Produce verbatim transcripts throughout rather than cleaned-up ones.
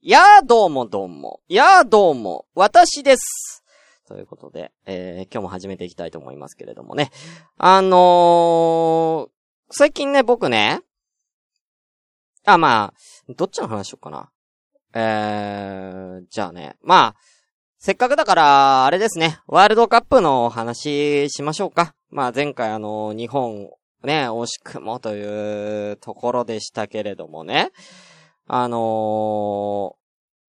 やーどうもどうも。やーどうも。私です。ということで、えー、今日も始めていきたいと思いますけれどもね。あのー、最近ね、僕ね、あ、まあ、どっちの話しよっかな。えー、じゃあね、まあ、せっかくだから、あれですね、ワールドカップの話しましょうか。まあ前回あの、日本、ね、惜しくもというところでしたけれどもね。あのー、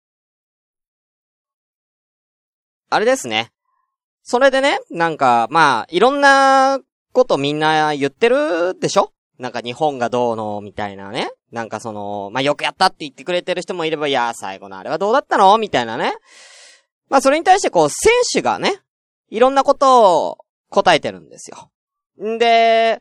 あれですね。それでね、なんか、まあ、いろんなことみんな言ってるでしょ？なんか日本がどうの、みたいなね。なんかその、まあよくやったって言ってくれてる人もいれば、いや、最後のあれはどうだったの？みたいなね。まあそれに対してこう、選手がね、いろんなことを答えてるんですよ。んで、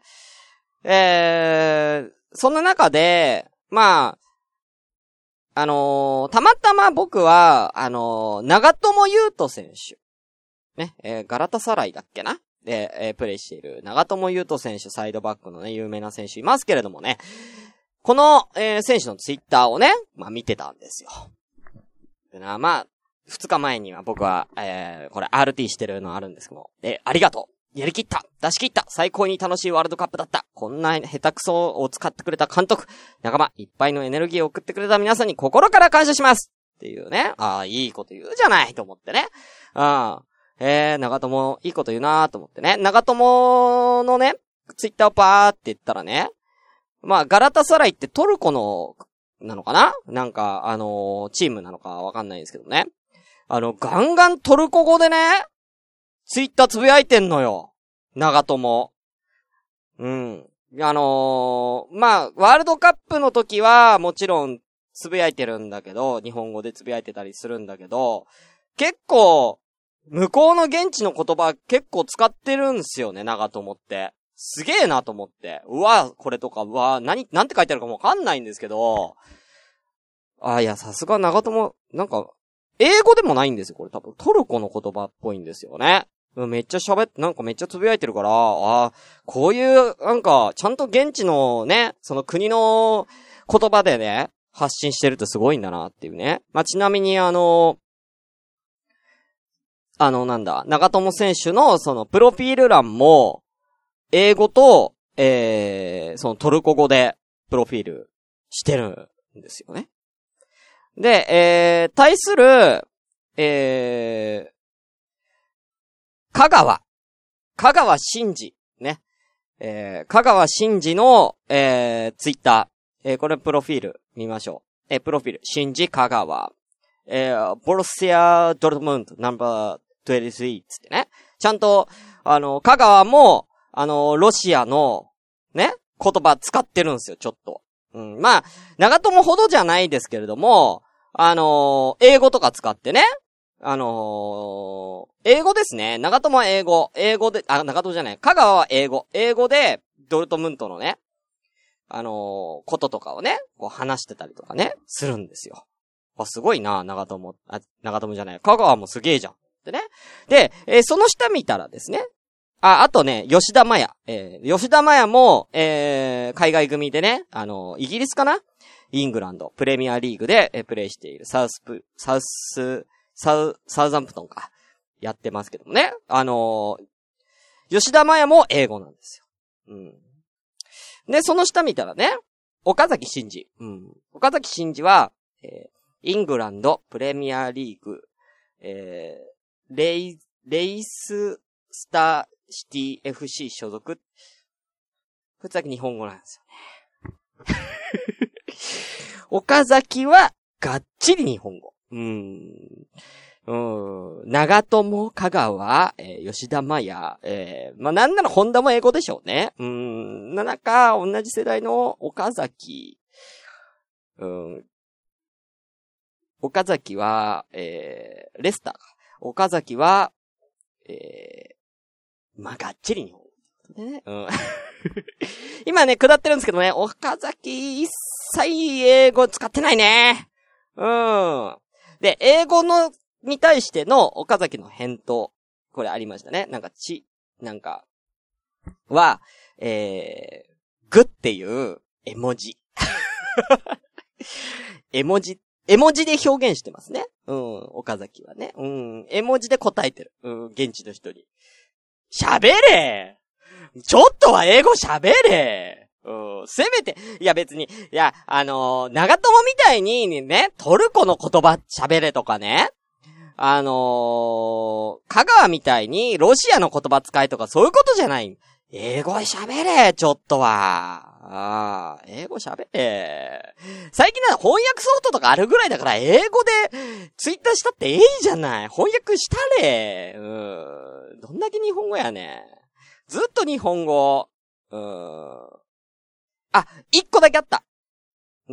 えー、そんな中で、まあ、あのー、たまたま僕は、あのー、長友佑都選手。ね、えー、ガラタサライだっけなで、えー、プレイしている長友佑都選手、サイドバックのね、有名な選手いますけれどもね。この、えー、選手のツイッターをね、まあ見てたんですよ。でな、まあ、二日前には僕は、えー、これ アールティー してるのあるんですけども、えー、ありがとう。やりきった出し切った最高に楽しいワールドカップだったこんな下手くそを使ってくれた監督、仲間、いっぱいのエネルギーを送ってくれた皆さんに心から感謝しますっていうね。ああ、いいこと言うじゃないと思ってね。うん。えー、長友、いいこと言うなーと思ってね。長友のね、ツイッターをパーって言ったらね。まあ、ガラタサライってトルコの、なのかななんか、あのー、チームなのかわかんないんですけどね。あの、ガンガントルコ語でね、ツイッターつぶやいてんのよ。長友。うん。あのー、まあ、ワールドカップの時は、もちろん、つぶやいてるんだけど、日本語でつぶやいてたりするんだけど、結構、向こうの現地の言葉結構使ってるんすよね、長友って。すげえなと思って。うわ、これとか、うわ、何、なんて書いてあるかもわかんないんですけど、あ、いや、さすが長友、なんか、英語でもないんですよ、これ多分。トルコの言葉っぽいんですよね。めっちゃ喋って、なんかめっちゃつぶやいてるから、ああ、こういう、なんか、ちゃんと現地のね、その国の言葉でね、発信してるとすごいんだなっていうね。まあ、ちなみにあの、あの、なんだ、長友選手のそのプロフィール欄も、英語と、えー、そのトルコ語でプロフィールしてるんですよね。で、えー、対する、えー、香川。香川真司。ね。えー、香川真司の、えー、ツイッター。えー、これプロフィール見ましょう。えー、プロフィール。真司香川。えー、ボルシア・ドルトムントナンバーにじゅうさんつってね。ちゃんと、あの、香川も、あの、ロシアの、ね、言葉使ってるんですよ、ちょっと。うん。まあ、長友ほどじゃないですけれども、あのー、英語とか使ってね。あのー、英語ですね。長友は英語。英語で、あ、長友じゃない。香川は英語。英語で、ドルトムントのね、あのー、こととかをね、こう話してたりとかね、するんですよ。あ、すごいな、長友。あ、長友じゃない。香川もすげえじゃん。ってね。で、えー、その下見たらですね。あ、あとね、吉田麻也。えー、吉田麻也も、えー、海外組でね、あのー、イギリスかなイングランド、プレミアリーグで、えー、プレイしているサウスプ、サウス、サウ、サウザンプトンか。やってますけどもね。あのー、吉田麻也も英語なんですよ。うん。で、その下見たらね、岡崎慎司。うん。岡崎慎司は、えー、イングランド、プレミアリーグ、えー、レイ、レイススターシティ エフシー 所属。これだけ日本語なんですよね。岡崎は、がっちり日本語。うーん。うん。長友、香川、えー、吉田麻也、えー、まあ、なんならホンダも英語でしょうね。うん。なんか、同じ世代の岡崎、うん。岡崎は、えー、レスターか。岡崎は、えー、まあ、がっちり日本語。ね、うん。今ね、下ってるんですけどね、岡崎一切英語使ってないね。うん。で、英語の、に対しての岡崎の返答。これありましたね。なんか、ち、なんか、は、えー、グっていう絵文字。絵文字っ絵文字で表現してますね。うん、岡崎はね。うん、絵文字で答えてる。うん、現地の人に。喋れ！ちょっとは英語喋れ！うん、せめて、いや別に、いや、あのー、長友みたいにね、トルコの言葉喋れとかね、あのー、香川みたいにロシアの言葉使いとかそういうことじゃない。英語喋れ、ちょっとは。ああ、英語喋れ。最近なら翻訳ソフトとかあるぐらいだから英語でツイッターしたっていいじゃない。翻訳したれ。うん。どんだけ日本語やね。ずっと日本語。うん。あ、一個だけあった。うん。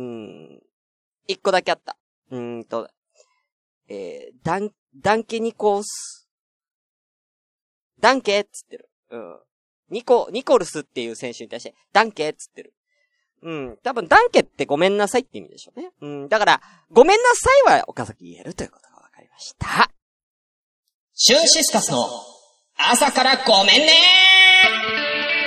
一個だけあった。うーんと、えー、ダン、ダンケニコース。ダンケっつってる。うん。ニコ、ニコルスっていう選手に対して、ダンケっつってる。うん。多分、ダンケってごめんなさいって意味でしょうね。うん。だから、ごめんなさいは岡崎言えるということが分かりました。 シュンシスカスの朝からごめんねー。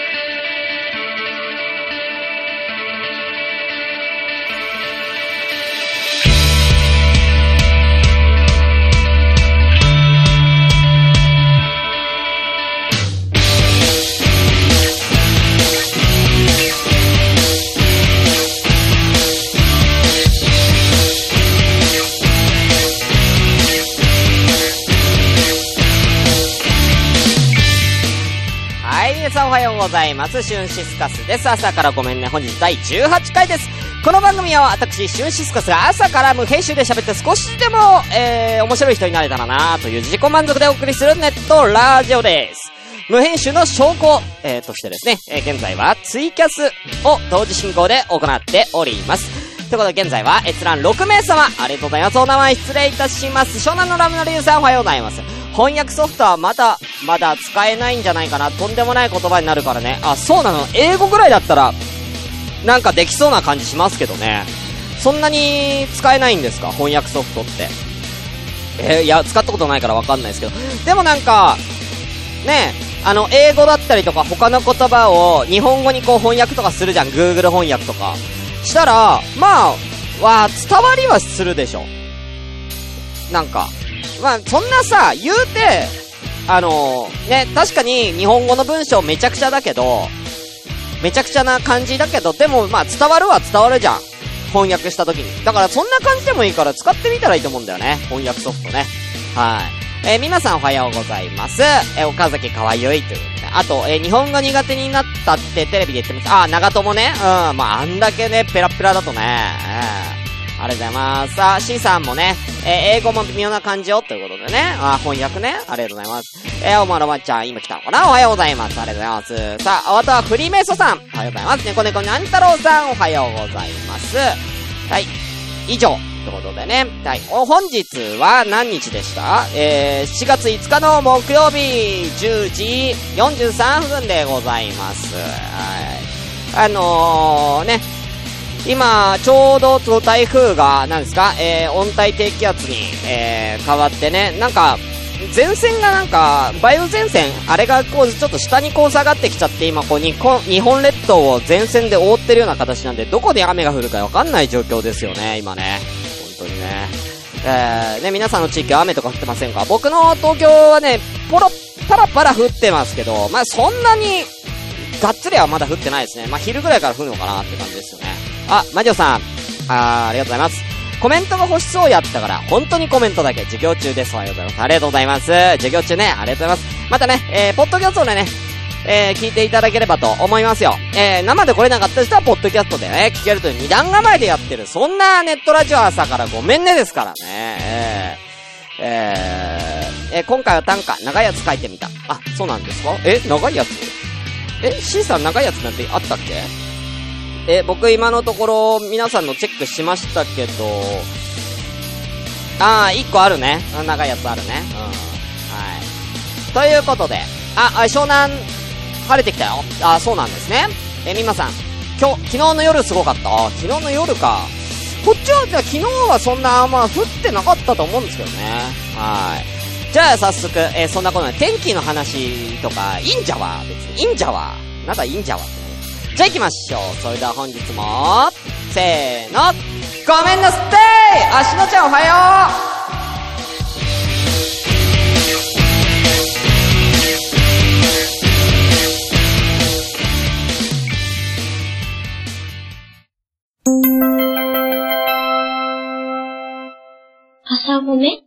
皆さんおはようございます。シュンシスカスです。朝からごめんね。本日だいじゅうはちかいです。この番組は私、シュンシスカスが朝から無編集で喋って少しでも、えー、面白い人になれたらなという自己満足でお送りするネットラジオです。無編集の証拠、えー、としてですね、えー、現在はツイキャスを同時進行で行っております。ということで現在は閲覧ろくめいさま、ありがとうございます。お名前失礼いたします。湘南のラムのリュウさんおはようございます。翻訳ソフトはまだ、まだ使えないんじゃないかな。とんでもない言葉になるからね。あ、そうなの。英語ぐらいだったら、なんかできそうな感じしますけどね。そんなに使えないんですか？翻訳ソフトって。えー、いや、使ったことないからわかんないですけど。でもなんか、ね、あの、英語だったりとか他の言葉を日本語にこう翻訳とかするじゃん。Google 翻訳とか。したら、まあ、は、伝わりはするでしょ。なんか。まあ、そんなさ、言うて、あのー、ね、確かに日本語の文章めちゃくちゃだけど、めちゃくちゃな感じだけど、でもまあ伝わるは伝わるじゃん。翻訳した時に。だからそんな感じでもいいから使ってみたらいいと思うんだよね。翻訳ソフトね。はい。えー、皆さんおはようございます。えー、岡崎かわゆいということで。あと、えー、日本語苦手になったってテレビで言ってます。あー、長友ね。うん、まああんだけね、ペラペラだとね。えーありがとうございます。さあ、C さんもね、えー、英語も微妙な感じよということでね。あ、翻訳ね。ありがとうございます。えー、おまろまちゃん、今来たのかな？おはようございます。ありがとうございます。さあ、あとはフリーメイソさん。おはようございます。猫猫にゃん太郎さん、おはようございます。はい。以上。ということでね。はい。お、本日は何日でした？えー、しちがついつかの木曜日、じゅうじよんじゅうさんぷんでございます。はい。あのー、ね。今、ちょうど台風が、何ですか、えー、温帯低気圧に、えー、変わってね、なんか、前線がなんか、梅雨前線、あれがこう、ちょっと下にこう下がってきちゃって、今こう、日本、日本列島を前線で覆ってるような形なんで、どこで雨が降るかわかんない状況ですよね、今ね。本当にね。えー、ね、皆さんの地域は雨とか降ってませんか？僕の東京はね、ポロ、パラパラ降ってますけど、まあ、そんなに、がっつりはまだ降ってないですね。まあ、昼ぐらいから降るのかなって感じですよね。あ、マジオさん。あー、ありがとうございます。コメントが欲しそうやったから、本当にコメントだけ。授業中です。おはようございます。ありがとうございます。授業中ね、ありがとうございます。またね、えー、ポッドキャストでね、えー、聞いていただければと思いますよ。えー、生で来れなかった人は、ポッドキャストでね、聞けるという二段構えでやってる。そんなネットラジオ朝からごめんねですからね。えー、えー、えー、今回は短歌、長いやつ書いてみた。あ、そうなんですか？え、長いやつ？え、C さん長いやつなんてあったっけ？え、僕今のところ皆さんのチェックしましたけど、あー、一個あるね。長いやつあるね。うん。はい。ということで、あ、あ、湘南、晴れてきたよ。あ、そうなんですね。え、みまさん、今日、昨日の夜すごかった。あ、昨日の夜か。こっちは、じゃあ昨日はそんな、まあ、降ってなかったと思うんですけどね。はい。じゃあ早速、えー、そんなことで天気の話とか、いいんじゃわ。別に、いいんじゃわ。なんだいいんじゃわ。じゃあ行きましょう。それでは本日も、せーの、 ごめんなすってー。足のちゃんおはよう。朝ごめ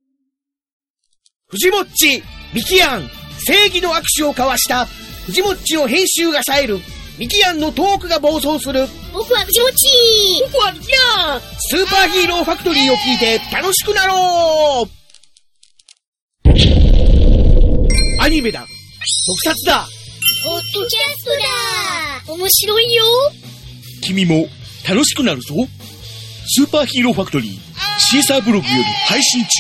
藤もっち、ミキアン、正義の握手を交わした藤もっちの編集が冴えるミキアンのトークが暴走する。 僕は藤もっち、 僕はミキアン。スーパーヒーローファクトリーを聞いて楽しくなろう。アニメだ、特撮だ、 ポッドキャストだ。面白いよ。 君も楽しくなるぞ。スーパーヒーローファクトリーシーサーブログより配信中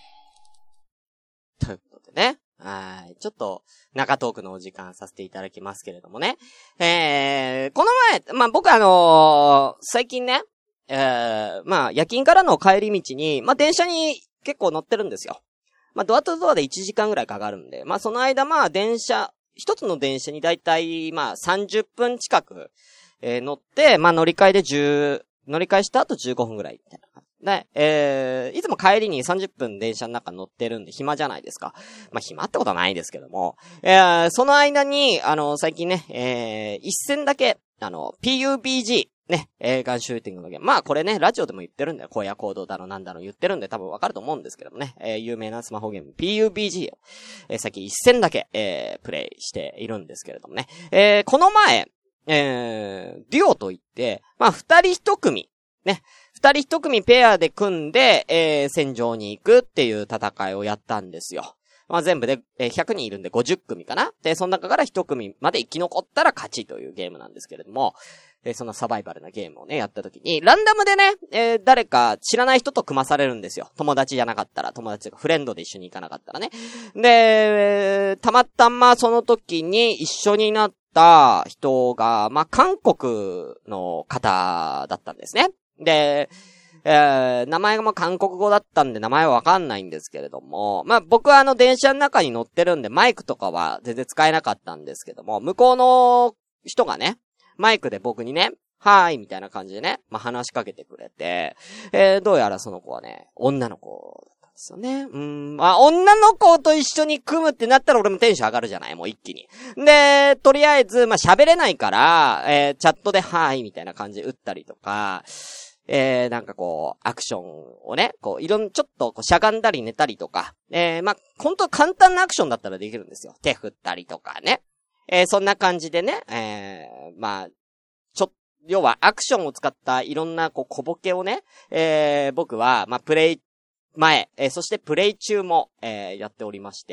ということでね。はい。ちょっと、中トークのお時間させていただきますけれどもね。えー、この前、まあ、僕あのー、最近ね、えー、まあ、夜勤からの帰り道に、まあ、電車に結構乗ってるんですよ。まあ、ドアとドアでいちじかんぐらいかかるんで、まあ、その間、まあ、電車、一つの電車にだいたい、まあ、さんじゅっぷん近く、えー、乗って、まあ、乗り換えでじゅう、乗り換えした後じゅうごふんぐらいみたいな。ね、えー、いつも帰りにさんじゅっぷん電車の中乗ってるんで暇じゃないですか。まあ、暇ってことはないですけども。えー、その間に、あの、最近ね、えー、一戦だけ、あの、ピーユービージー、ね、えー、ガンシューティングのゲーム。まあ、これね、ラジオでも言ってるんだよ。荒野行動だのなんだの言ってるんで多分わかると思うんですけどもね。えー、有名なスマホゲーム、ピーユービージー を、えー、最近一戦だけ、えー、プレイしているんですけれどもね。えー、この前、えー、デュオといって、まあ、二人一組、ね。二人一組ペアで組んで、えー、戦場に行くっていう戦いをやったんですよ。まあ、全部で、えー、ひゃくにんいるんでごじゅっくみかな。で、その中から一組まで生き残ったら勝ちというゲームなんですけれども、えー、そのサバイバルなゲームをね、やった時に、ランダムでね、えー、誰か知らない人と組まされるんですよ。友達じゃなかったら、友達がフレンドで一緒に行かなかったらね。で、たまたまその時に一緒になった人が、まあ、韓国の方だったんですね。で、えー、名前がもう韓国語だったんで名前はわかんないんですけれども、まあ、僕はあの電車の中に乗ってるんでマイクとかは全然使えなかったんですけども、向こうの人がね、マイクで僕にね、はーいみたいな感じでね、まあ、話しかけてくれて、えー、どうやらその子はね、女の子だったんですよね。うーん、まあ、女の子と一緒に組むってなったら俺もテンション上がるじゃないもう一気に。で、とりあえず、まあ、喋れないから、えー、チャットではーいみたいな感じで打ったりとか、えー、なんかこう、アクションをね、こう、いろん、ちょっとこう、しゃがんだり寝たりとか、えー、まあ、ほんと簡単なアクションだったらできるんですよ。手振ったりとかね。えー、そんな感じでね、えー、まあ、ちょ、要はアクションを使ったいろんなこう、小ボケをね、えー、僕は、まあ、プレイ、前、えー、そしてプレイ中も、えー、やっておりまして、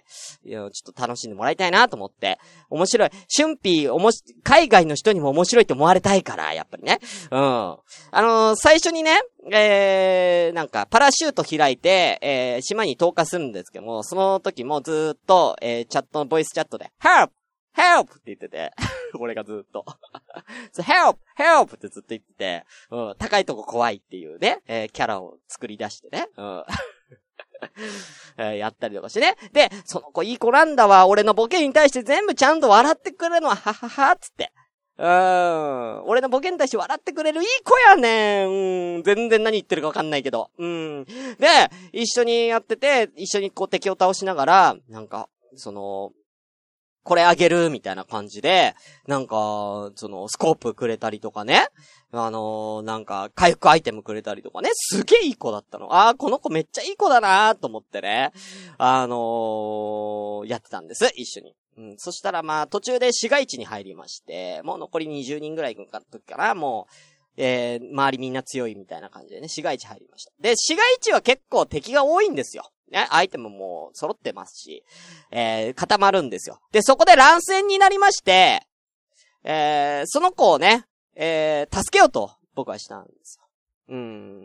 いや、ちょっと楽しんでもらいたいなと思って、面白い。春ピー、おもし、海外の人にも面白いと思われたいから、やっぱりね。うん。あのー、最初にね、えー、なんか、パラシュート開いて、えー、島に投下するんですけども、その時もずーっと、えー、チャットのボイスチャットで、Help! Help! って言ってて、俺がずーっと。Help! Help! ってずっと言ってて、うん、高いとこ怖いっていうね、えー、キャラを作り出してね、うん。えー、やったりとかしてね。で、その子いい子なんだわ。俺のボケに対して全部ちゃんと笑ってくれるのは、ははは、つって。うーん。俺のボケに対して笑ってくれるいい子やねん。うん。全然何言ってるかわかんないけど。うん。で、一緒にやってて、一緒にこう敵を倒しながら、なんか、その、これあげるみたいな感じで、なんか、その、スコープくれたりとかね。あのー、なんか、回復アイテムくれたりとかね。すげえいい子だったの。あー、この子めっちゃいい子だなーと思ってね。あのー、やってたんです。一緒に。うん。そしたらまあ、途中で市街地に入りまして、もう残りにじゅうにんぐらい行くか時から、もう、えー、周りみんな強いみたいな感じでね、市街地入りました。で、市街地は結構敵が多いんですよ。ね、アイテムも揃ってますし、えー、固まるんですよ。で、そこで乱戦になりまして、えー、その子をね、えー、助けようと、僕はしたんですよ。うん。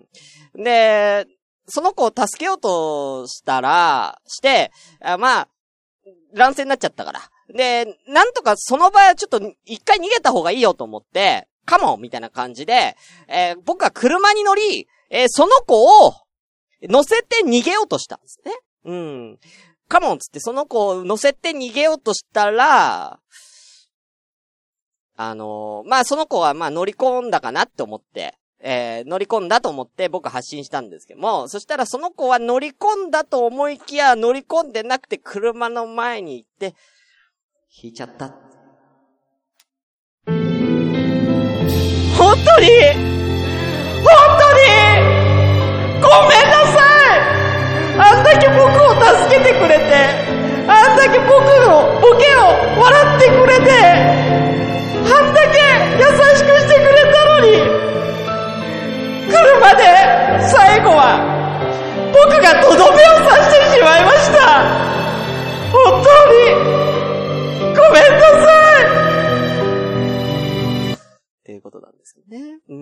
で、その子を助けようとしたら、して、あまあ、乱戦になっちゃったから。で、なんとかその場合はちょっと一回逃げた方がいいよと思って、カモンみたいな感じで、えー、僕は車に乗り、えー、その子を、乗せて逃げようとしたんですね。うん。カモンつってその子を乗せて逃げようとしたら、あのー、まあ、その子はまあ乗り込んだかなって思って、 えー、乗り込んだと思って僕発信したんですけども、そしたらその子は乗り込んだと思いきや乗り込んでなくて車の前に行って、引いちゃった。本当に本当にごめんなさい。あんだけ僕を助けてくれて、あんだけ僕のボケを笑ってくれて、あんだけ優しくしてくれたのに、車で最後は僕がとどめを刺してしまいました。本当にごめんなさいっていうことなんですよね。うん。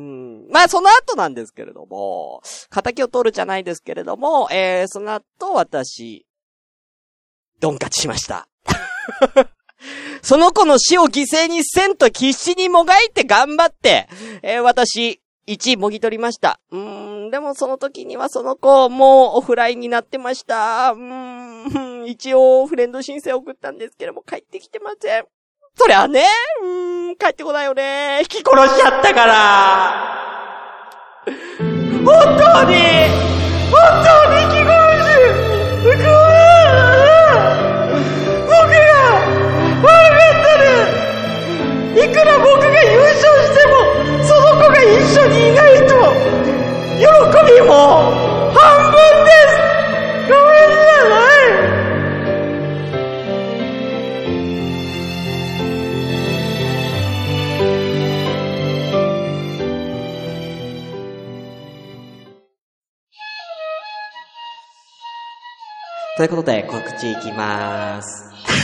まあその後なんですけれども、仇を取るじゃないですけれども、えー、その後私ドン勝ちしました。その子の死を犠牲にせんと必死にもがいて頑張って、えー、私いちいもぎ取りました。うーん、でもその時にはその子もうオフラインになってました。うーん、一応フレンド申請送ったんですけども帰ってきてません。そりゃね、うーん、帰ってこないよね。引き殺しちゃったから。本当に、本当に引き殺し、僕は、僕が悪かったね。いくら僕が優勝しても、その子が一緒にいないと、喜びも半分です。ごめんなさい。ということで、告知いきまーす。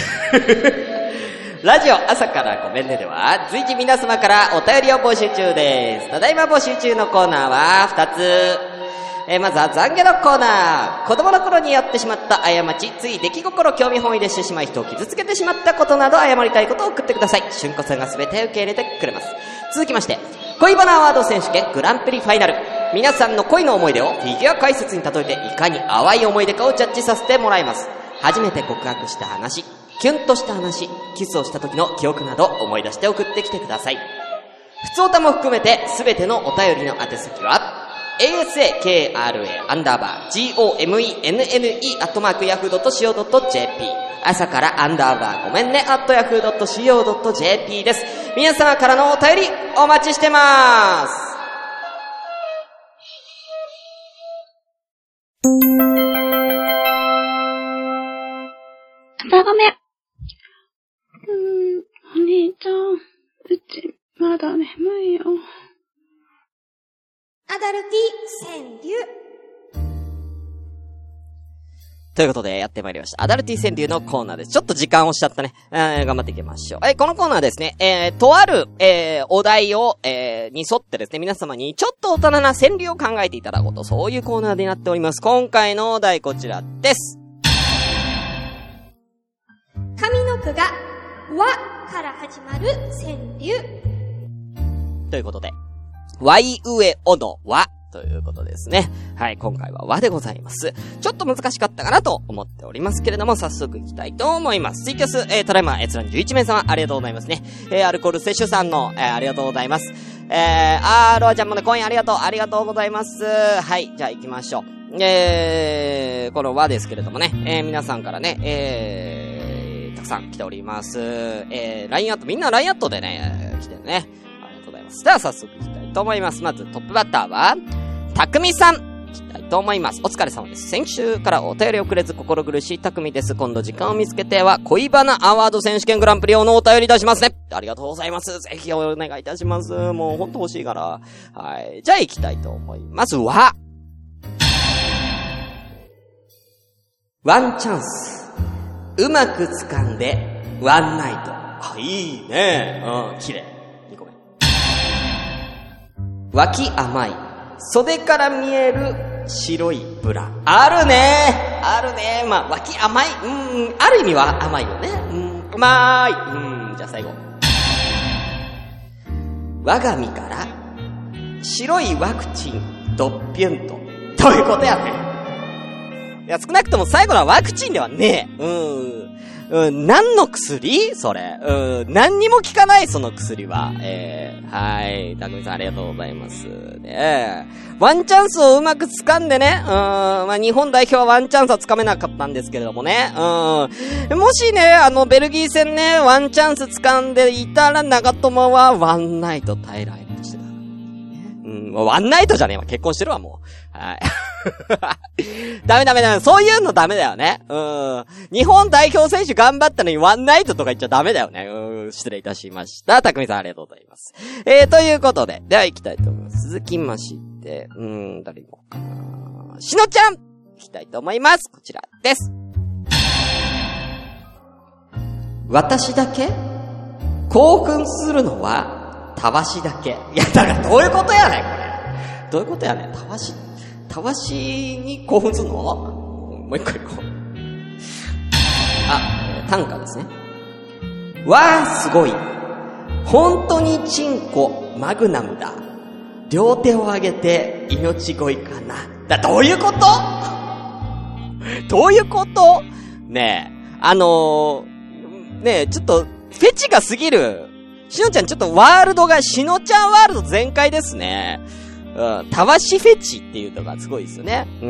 ラジオ朝からごめんねでは、随時皆様からお便りを募集中です。ただいま募集中のコーナーはふたつ。えー、まずは懺悔のコーナー。子供の頃にやってしまった過ち、つい出来心興味本位でしてしまい人を傷つけてしまったことなど謝りたいことを送ってください。しゅんこさんがすべて受け入れてくれます。続きまして、恋バナアワード選手権グランプリファイナル。皆さんの恋の思い出をフィギュア解説に例えていかに淡い思い出かをジャッジさせてもらいます。初めて告白した話、キュンとした話、キスをした時の記憶など思い出して送ってきてください。ふつおたも含めてすべてのお便りの宛先は エーエスエーケーアールエー アンダーバー ジーオーエムイーエヌエヌイー アットマークヤフードットシーオードットジェーピー 朝からアンダーバーごめんねアットヤフードットシーオードットジェーピー です。皆様からのお便りお待ちしてます。 朝ごめん。うーん、お兄ちゃん、うち、まだ眠いよ。 アダルティ川柳。 ということで、やってまいりました。アダルティ川柳のコーナーです。ちょっと時間をしちゃったね。えー、頑張っていきましょう。えー、このコーナーですね、えー、とある、えー、お題を、えー、に沿ってですね、皆様にちょっと大人な川柳を考えていただこうと、そういうコーナーになっております。今回のお題こちらです。 上の句が、わから始まる川柳。 ということで、わい上おのわということですね。はい、今回は和でございます。ちょっと難しかったかなと思っておりますけれども、早速いきたいと思います。ツイキャス、えー、ただいま閲覧じゅういちめい様、ありがとうございますね。えー、アルコール摂取さんの、えー、ありがとうございます。えー、あー、ロアちゃんもね、コインありがとう、ありがとうございます。はい、じゃあ行きましょう。えー、この和ですけれどもね、えー、皆さんからね、えー、たくさん来ております。えー、ライン アット、みんな ライン アットでね、来てね。ありがとうございます。では早速行きたいと思います。まずトップバッターは、たくみさん、いきたいと思います。お疲れ様です。先週からお便りをくれず心苦しいたくみです。今度時間を見つけては恋バナアワード選手権グランプリ用のお便り出しますね。ありがとうございます。ぜひお願いいたします。もうほんと欲しいから。はい。じゃあ行きたいと思います。わ。ワンチャンス。うまく掴んで、ワンナイト。あ、いいね。うん、綺麗。にこめ。脇甘い。袖から見える白いブラ。あるね。あるね。まあ、脇甘い。うん、ある意味は甘いよね。うん、甘い。うん、じゃあ最後。我が身から白いワクチンドッピュンと。どういうことやねん。 いや、少なくとも最後のはワクチンではねえ。うん。うん、何の薬それ。うん、何にも効かない、その薬は。えー、はい。たくみさんありがとうございます。ねワンチャンスをうまく掴んでね。うん、まあ、日本代表はワンチャンスは掴めなかったんですけれどもね。うん。もしね、あの、ベルギー戦ね、ワンチャンス掴んでいたら、長友はワンナイト平らとしてた。うん、ワンナイトじゃねえわ。結婚してるわ、もう。はい。ダメダメダメ。そういうのダメだよね。うん。日本代表選手頑張ったのにワンナイトとか言っちゃダメだよね。うん。失礼いたしました。たくみさんありがとうございます。えー、ということで、では行きたいと思います。続きまして、うーん、誰行こうかな。しのちゃん行きたいと思います。こちらです。私だけ興奮するのは、たわしだけ。いや、だからどういうことやねん、これ。どういうことやねん、たわし。たわしに興奮するの？もう一回行こう。あ、短歌ですね。わーすごい。本当にチンコマグナムだ。両手を上げて命乞いかな。だ、どういうこと？どういうこと？ねえ、あのー、ねえ、ちょっと、フェチが過ぎる。しのちゃんちょっとワールドが、しのちゃんワールド全開ですね。うん、たわしフェチっていうのがすごいですよね。うん。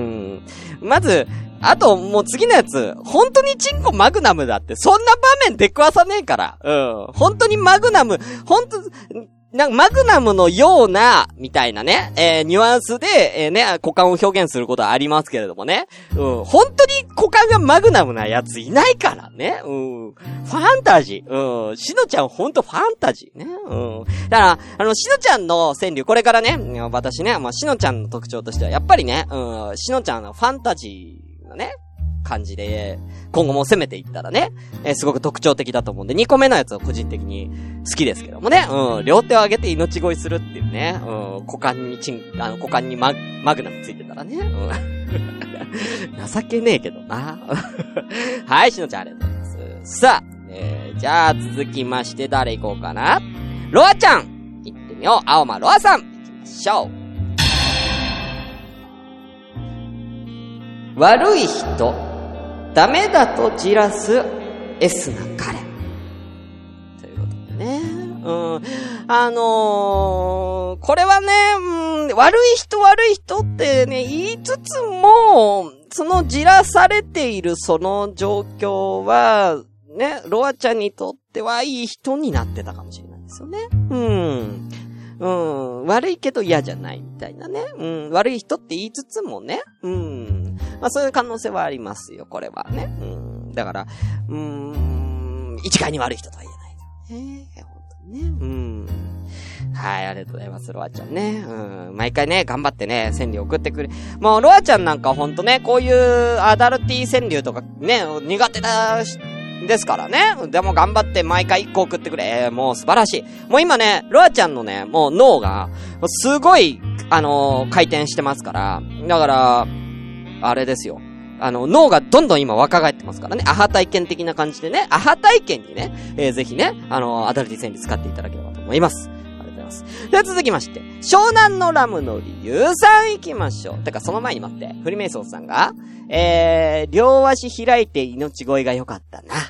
まず、あと、もう次のやつ、本当にチンコマグナムだって、そんな場面出くわさねえから。うん。本当にマグナム、本当、なんかマグナムのような、みたいなね、えー、ニュアンスで、えー、ね、股間を表現することはありますけれどもね。うん。本当に股間がマグナムなやついないからね。うん。ファンタジー。うん。しのちゃんほんとファンタジーね。うん。だから、あの、しのちゃんの川柳、これからね、私ね、まあ、しのちゃんの特徴としては、やっぱりね、うん、しのちゃんのファンタジーのね、感じで、今後も攻めていったらね、えー、すごく特徴的だと思うんで、にこめのやつを個人的に好きですけどもね、うん、両手を上げて命乞いするっていうね、うん、股間にチン、あの、股間にマ、マグナムついてたらね、うん、情けねえけどな。はい、しのちゃんありがとうございます。さあ、えー、じゃあ続きまして誰行こうかな。ロアちゃん行ってみよう。青間ロアさん行きましょう。悪い人ダメだとじらす S な彼ということでね、うん、あのー、これはね、うん、悪い人悪い人ってね言いつつも、そのじらされているその状況はね、ロアちゃんにとってはいい人になってたかもしれないですよね。うんうん、悪いけど嫌じゃないみたいなね。うん、悪い人って言いつつもね。うん。まあそういう可能性はありますよ、これはね。うん。だから、うーん、一概に悪い人とは言えない。ねえ、ほんとにね。うん。はい、ありがとうございます、ロアちゃんね。うん。毎回ね、頑張ってね、川柳送ってくれ。もう、ロアちゃんなんかほんとね、こういうアダルティ川柳とかね、苦手だし、ですからね。でも頑張って毎回一個送ってくれ。もう素晴らしい。もう今ね、ロアちゃんのね、もう脳が、すごい、あのー、回転してますから。だから、あれですよ。あの、脳がどんどん今若返ってますからね。アハ体験的な感じでね。アハ体験にね、えー、ぜひね、あのー、アダルティ川柳使っていただければと思います。ありがとうございます。では続きまして、湘南のラムの理由さん行きましょう。てかその前に待って、フリメイソンさんが、えー、両足開いて命乞いが良かったな。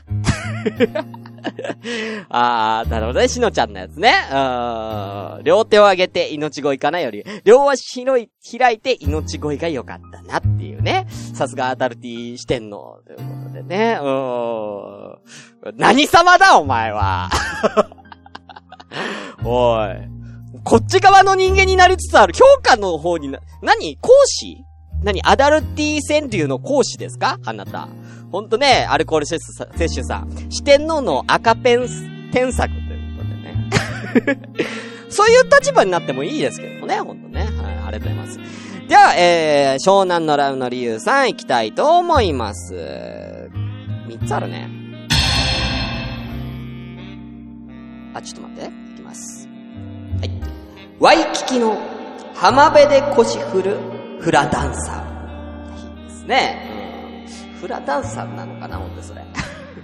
あー、なるほどね、しのちゃんのやつね。あー、両手を上げて命乞いかなより、両足広い、開いて命乞いが良かったなっていうね。さすがアダルティ視点の、ということでね。うーん。何様だお前は。おい。こっち側の人間になりつつある。評価の方にな、何講師何アダルティ川柳の講師ですかあなた。ほんとね、アルコール摂取さん。四天王の赤ペン添削ということでね。そういう立場になってもいいですけどもね、ほんとね。はい、ありがとうございます。では、えー、湘南のラウの理由さん行きたいと思います。三つあるね。あ、ちょっと待って。いきます。はい。ワイキキの浜辺で腰振るフラダンサー。いいですね。うん、フラダンサーなのかな、ほんとそれ。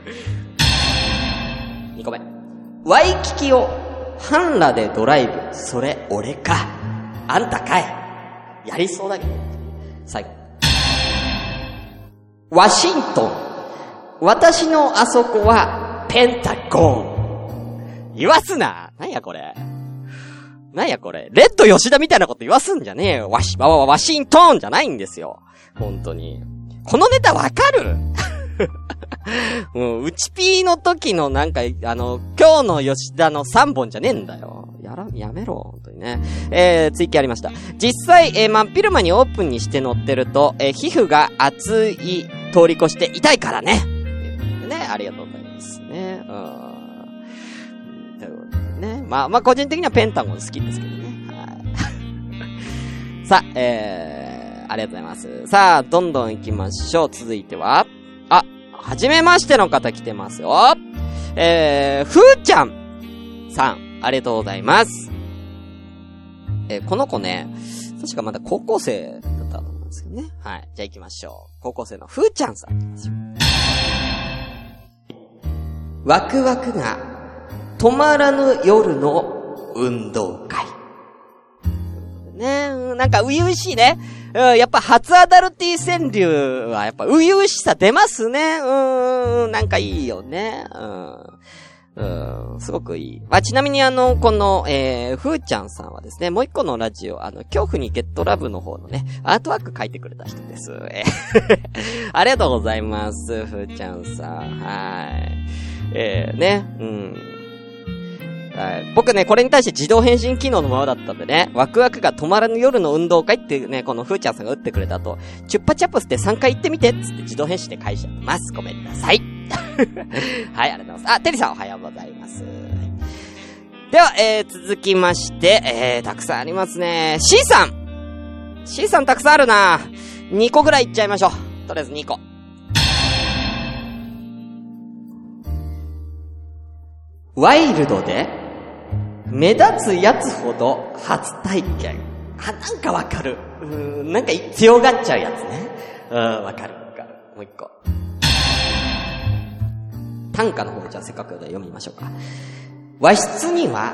にこめ。ワイキキを半裸でドライブ、それ俺か。あんたかい。やりそうだけど。最後。 ワシントン。私のあそこはペンタゴン。言わすな。なんやこれ。なんやこれ。レッド吉田みたいなこと言わすんじゃねえよ。ワシ、ワワワシントンじゃないんですよ。本当に。このネタわかるうん、うちピーの時のなんか、あの、今日の吉田のさんぼんじゃねえんだよ。やら、やめろ、本当にね。えー、追記ありました。実際、えー、真っ昼間にオープンにして乗ってると、えー、皮膚が熱い、通り越して痛いからね。ね、ありがとうございますね。うん。ということでね。まあ、まあ、個人的にはペンタゴン好きですけどね。はい。さあ、えー、ありがとうございます。さあ、どんどん行きましょう。続いては、あ、はじめましての方来てますよ。えー、ふーちゃんさん、ありがとうございます。えー、この子ね、確かまだ高校生だったと思うんですけどね。はい。じゃあ行きましょう。高校生のふーちゃんさん行きましょう。ワクワクが止まらぬ夜の運動会。ね、なんか初々しいね。うん、やっぱ初アダルティ川柳はやっぱ初々しさ出ますね。うん、なんかいいよね。うん、うん、すごくいい。まあ、ちなみにあの、この、えー、ふーちゃんさんはですね、もう一個のラジオ、あの、恐怖にゲットラブの方のね、アートワーク書いてくれた人です。えー、ありがとうございます、ふーちゃんさん。はい。えー、ね、うん。はい、僕ね、これに対して自動返信機能のままだったんでね、ワクワクが止まらぬ夜の運動会っていうね、このふーちゃんさんが打ってくれた後、チュッパチャップスってさんかい言ってみてっつって自動返信で返しちゃってます。ごめんなさい。はい、ありがとうございます。あ、テリさんおはようございます。では、えー、続きまして、えー、たくさんありますね。C さん !C さんたくさんあるな。にこぐらいいっちゃいましょう。とりあえずにこ。ワイルドで目立つやつほど初体験。あ、なんかわかる。うーん、なんか強がっちゃうやつね。うん、わかるわかる。もう一個。短歌の方じゃあせっかくで読みましょうか。和室には、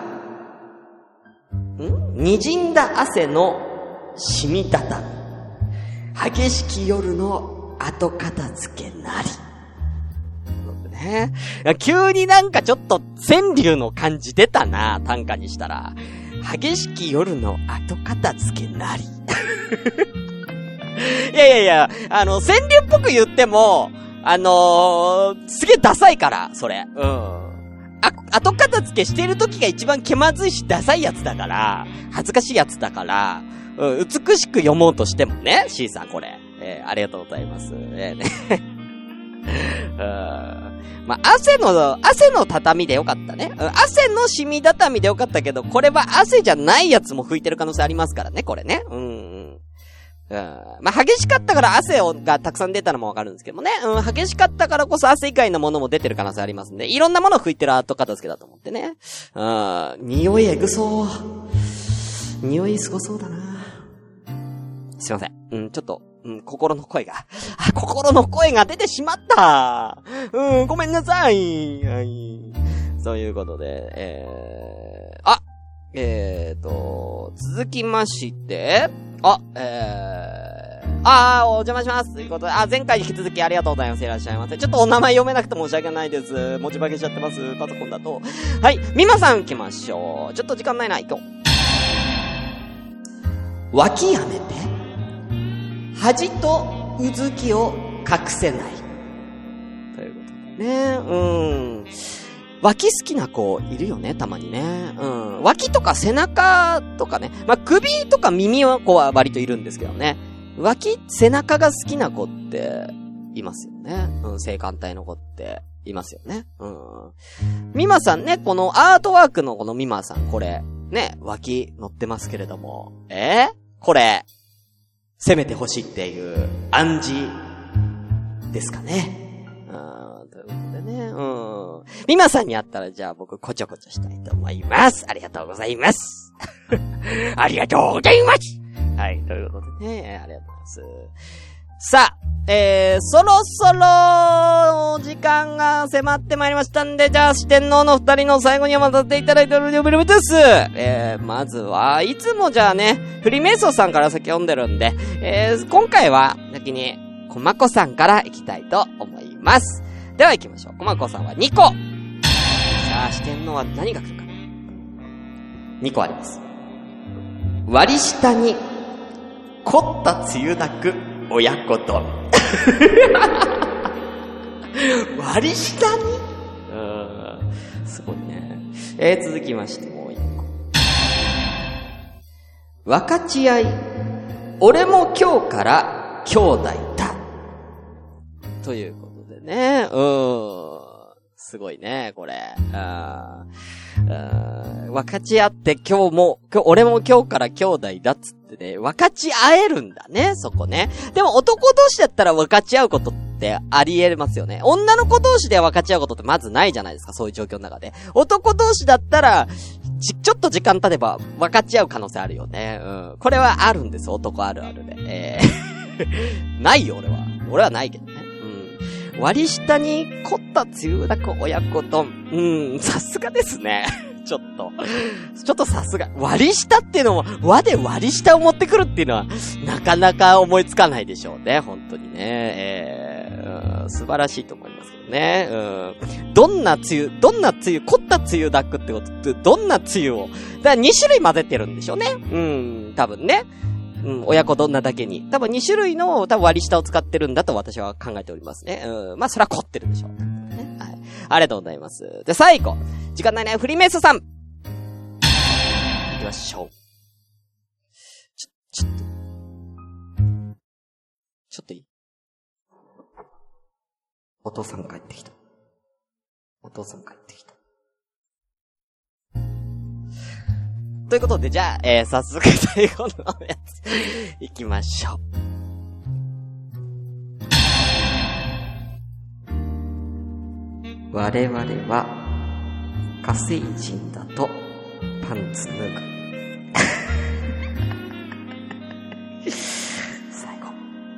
ん滲んだ汗の染みだたみ。激しき夜の後片付けなり。ね、急になんかちょっと川柳の感じ出たな、短歌にしたら。激しき夜の後片付けなり。いやいやいや、あの、川柳っぽく言っても、あのー、すげえダサいから、それ。うん。あ、後片付けしてる時が一番気まずいしダサいやつだから、恥ずかしいやつだから、うん、美しく読もうとしてもね、C さんこれ。えー、ありがとうございます。えー、ね。うんまあ、汗の、汗の畳でよかったね。汗の染み畳でよかったけど、これは汗じゃないやつも拭いてる可能性ありますからね、これね。うん。うん。まあ、激しかったから汗をがたくさん出たのもわかるんですけどもね。うん、激しかったからこそ汗以外のものも出てる可能性ありますんで、いろんなものを拭いてる後片付けだと思ってね。うん、匂いえぐそう。匂いすごそうだな。すいません。うん、ちょっと、うん、心の声が、あ、心の声が出てしまった。うん、ごめんなさい。はい。そういうことで、えー、あ、えーと、続きまして、あ、えー、あー、お邪魔します。ということで、あ、前回に引き続きありがとうございます。いらっしゃいませ。ちょっとお名前読めなくて申し訳ないです。文字化けしちゃってます。パソコンだと。はい、みまさん行きましょう。ちょっと時間ないな、行こう。脇やめて。恥とうずきを隠せない。ということでね。うん。脇好きな子いるよね、たまにね。うん。脇とか背中とかね。まあ、首とか耳は子は割といるんですけどね。脇、背中が好きな子っていますよね。うん。性感帯の子っていますよね。うん。ミマさんね、このアートワークのこのミマさん、これ、ね、脇乗ってますけれども。えー、これ。攻めてほしいっていう暗示ですかね。うん、ということでね。うん。ミマさんに会ったらじゃあ僕こちょこちょしたいと思います。ありがとうございます。ありがとうございます。はい、ということでね、ありがとうございます。さあ、えー、そろそろ時間が迫ってまいりましたんで、じゃあ四天王の二人の最後に読ませていただいているレベルです。えー、まずはいつもじゃあね、フリーメイソーさんから先読んでるんで、えー、今回は先にこまこさんから行きたいと思います。では行きましょう。こまこさんはにこ。さあ、四天王は何が来るか。にこあります。割り下に凝ったつゆだく親子丼。割り下にうーん、すごいね。えー、続きましてもう一個。分かち合い、俺も今日から兄弟だ。ということでね、うーん、すごいね、これ。あー、分かち合って今日も、今日、俺も今日から兄弟だっつってね、分かち合えるんだね、そこね。でも男同士だったら分かち合うことってあり得ますよね。女の子同士で分かち合うことってまずないじゃないですか、そういう状況の中で。男同士だったら、ち、ちょっと時間経てば分かち合う可能性あるよね。うん。これはあるんです、男あるあるで。えー、ないよ、俺は。俺はないけどね。うん。割り下に凝ったつゆだく親子丼。うん、さすがですね。ちょっと。ちょっとさすが。割り下っていうのも、和で割り下を持ってくるっていうのは、なかなか思いつかないでしょうね。本当にね。えー、うん、素晴らしいと思いますけどね。うん。どんなつゆ、どんなつゆ、凝ったつゆだくってことって、どんなつゆを。だからに種類混ぜてるんでしょうね。うん、多分ね。うん、親子どんなだけに。多分に種類の多分割り下を使ってるんだと私は考えておりますね。うん、まあそれは凝ってるでしょう。ね、はい。ありがとうございます。で、最後。時間ないね、フリーメイソさん。行きましょう。ちょ、ちょっと。ちょっといい？お父さん帰ってきた。お父さん帰ってきた。ということで、じゃあ、えー、早速最後のやつ、行きましょう。我々は、火星人だと、パンツ脱ぐ。最後。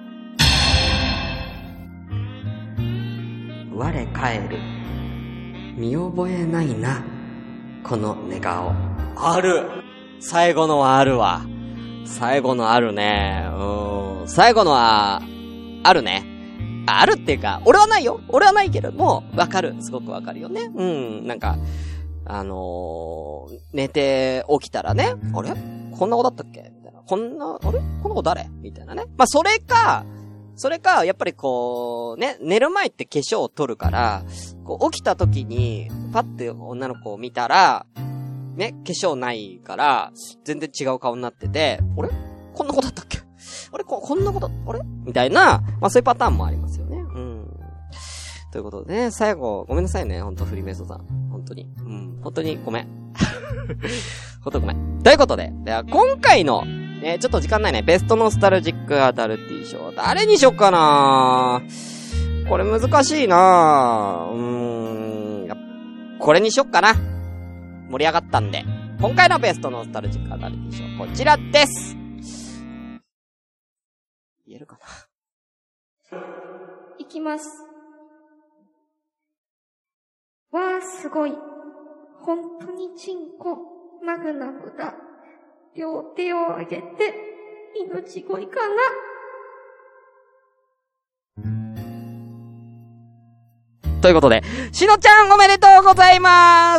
我帰る。見覚えないな、この寝顔。ある。最後のはあるわ。最後のあるね。うん。最後のは、あるね。あるっていうか、俺はないよ。俺はないけども、わかる。すごくわかるよね。うん。なんか、あのー、寝て起きたらね、あれこんな子だったっけみたいな。こんな、あれこの子誰みたいなね。まあ、それか、それか、やっぱりこう、ね、寝る前って化粧を取るから、こう起きた時に、パッて女の子を見たら、ね、化粧ないから、全然違う顔になってて、あれこんな子だったっけあれこ、こんな子だ、あれみたいな、まあそういうパターンもありますよね。うん。ということでね、最後、ごめんなさいね、ほんとフリーメイソさん。本当に。うん、本当にごめん。ほんとごめん。ということで、では今回の、ね、ちょっと時間ないね、ベストノスタルジックアダルティ賞、誰にしよっかなこれ難しいなうーん、これにしよっかな。盛り上がったんで、今回のベストノスタルジックアダルティ賞、こちらです。言えるかな。 いきます。わーすごい。本当にチンコ、マグナムだ。両手を上げて、命乞いかな。 ということで、しのちゃんおめでとうございます。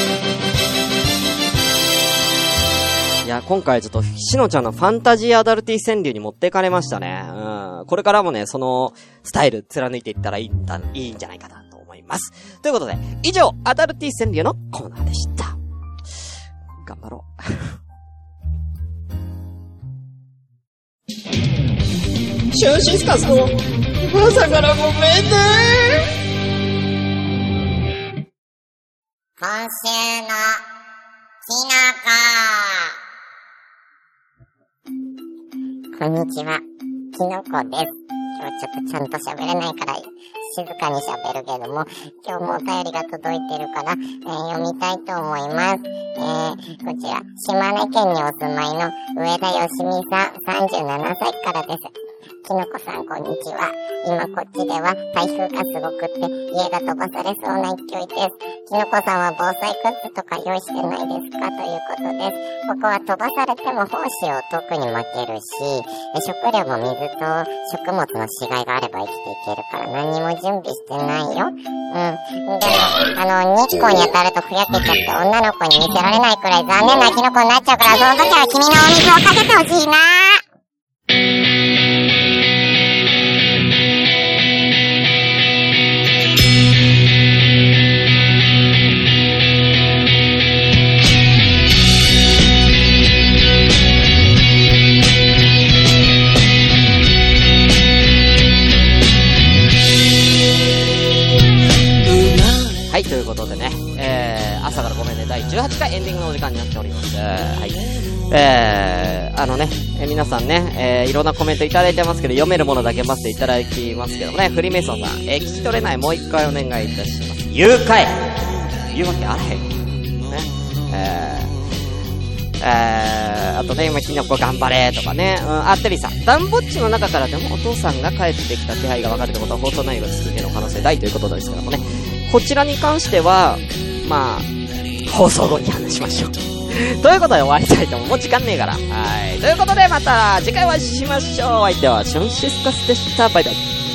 いや、今回ちょっと、しのちゃんのファンタジーアダルティ川柳に持っていかれましたね。うん。これからもね、その、スタイル貫いていったらいいんだ、いいんじゃないかなと思います。ということで、以上、アダルティ川柳のコーナーでした。頑張ろう。 シュンシスカスの朝からごめんね。 今週のきのこ。こんにちは、きのこです。今日ちょっとちゃんと喋れないから静かに喋るけども、今日もお便りが届いてるから、えー、読みたいと思います。えー、こちら、島根県にお住まいの上田よしみさん、さんじゅうななさいからです。 きのこさんこんにちは。今こっちでは台風がすごくって家が飛ばされそうな勢いです。きのこさんは防災グッズとか用意してないですかということです。ここは飛ばされても胞子を特に負けるし、食料も水と食物の死骸があれば生きていけるから何にも準備してないよ。うん。でも、あの、日光に当たるとふやけちゃって女の子に見せられないくらい残念なキノコになっちゃうから、その時は君のお水をかけてほしいな。 はい、ということでね、えー、朝からごめんね、だいじゅうはちかいエンディングのお時間になっております。はい。えー、あのね、えー、皆さんね、えー、いろんなコメントいただいてますけど、読めるものだけ待っていただきますけどもね、フリーメイソンさん、えー、聞き取れない、もう一回お願いいたします。言うかい言うわけあらへん。ね。えー、えー、あとね、今、キノコ頑張れとかね、うん、あ、テリーさん、ダンボッチの中からでもお父さんが帰ってきた気配がわかるってことは放送内容が続けの可能性大ということですけどもね、こちらに関しては、まあ、放送後に話しましょう。ということで終わりたいと思う。もう時間ねえから。はい。ということでまた次回お会いしましょう。お相手はシュンシスカスでした。バイバイ。